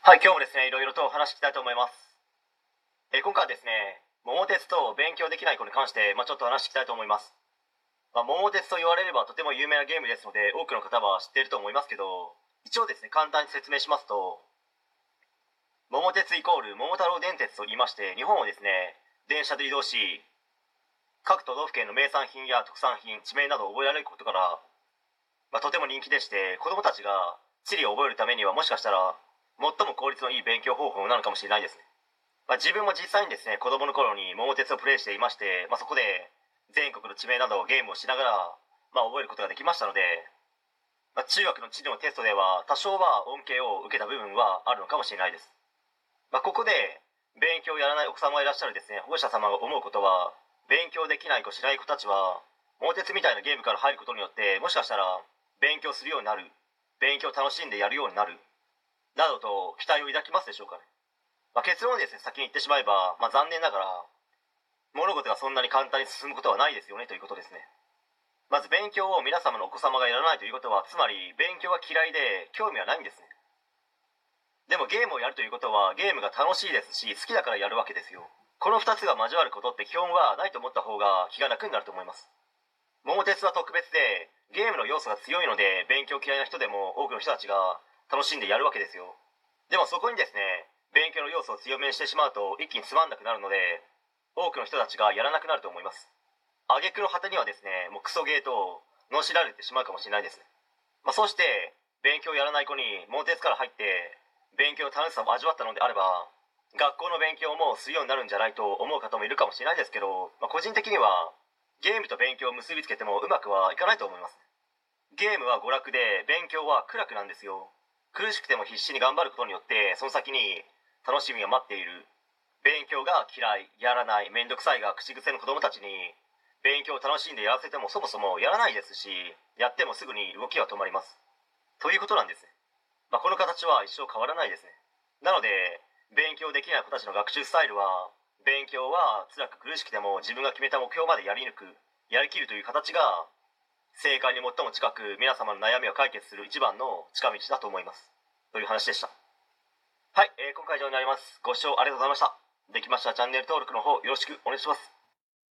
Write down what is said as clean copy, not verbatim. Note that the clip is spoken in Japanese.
はい、今日もですね、いろいろとお話ししたいと思います。今回はですね、桃鉄と勉強できない子に関して、ちょっと話していきたいと思います。桃鉄と言われればとても有名なゲームですので、多くの方は知っていると思いますけど、一応ですね、簡単に説明しますと、桃鉄イコール桃太郎電鉄と言いまして、日本をですね、電車で移動し、各都道府県の名産品や特産品、地名などを覚えられることから、とても人気でして、子供たちが地理を覚えるためにはもしかしたら最も効率のいい勉強方法なのかもしれないですね。自分も実際にですね、子供の頃に桃鉄をプレイしていまして、そこで全国の地名などをゲームをしながら、覚えることができましたので、中学の地理のテストでは多少は恩恵を受けた部分はあるのかもしれないです。ここで勉強をやらないお子様がいらっしゃるですね、保護者様が思うことは、勉強できない子しない子たちは桃鉄みたいなゲームから入ることによって、もしかしたら勉強するようになる、勉強を楽しんでやるようになるなどと期待を抱きますでしょうかね。結論をですね、先に言ってしまえば、残念ながら物事がそんなに簡単に進むことはないですよねということですね。まず勉強を皆様のお子様がやらないということは、つまり勉強が嫌いで興味はないんですね。でもゲームをやるということは、ゲームが楽しいですし好きだからやるわけですよ。この2つが交わることって基本はないと思った方が気が楽になると思います。桃鉄は特別でゲームの要素が強いので、勉強嫌いな人でも多くの人たちが楽しんでやるわけですよ。でもそこにですね、勉強の要素を強めにしてしまうと一気につまんなくなるので、多くの人たちがやらなくなると思います。挙句の果てにはですね、もうクソゲーと罵られてしまうかもしれないですね。そうして勉強をやらない子に桃鉄から入って勉強の楽しさを味わったのであれば、学校の勉強もするようになるんじゃないと思う方もいるかもしれないですけど、個人的にはゲームと勉強を結びつけてもうまくはいかないと思います。ゲームは娯楽で勉強は苦楽なんですよ。苦しくても必死に頑張ることによって、その先に楽しみが待っている。勉強が嫌い、やらない、めんどくさいが口癖の子供たちに、勉強を楽しんでやらせてもそもそもやらないですし、やってもすぐに動きは止まります。ということなんですね。この形は一生変わらないですね。なので勉強できない子たちの学習スタイルは、勉強は辛く苦しくても自分が決めた目標までやり抜く、やりきるという形が正解に最も近く、皆様の悩みを解決する一番の近道だと思いますという話でした。はい、今回以上になります。ご視聴ありがとうございました。できましたらチャンネル登録の方よろしくお願いします。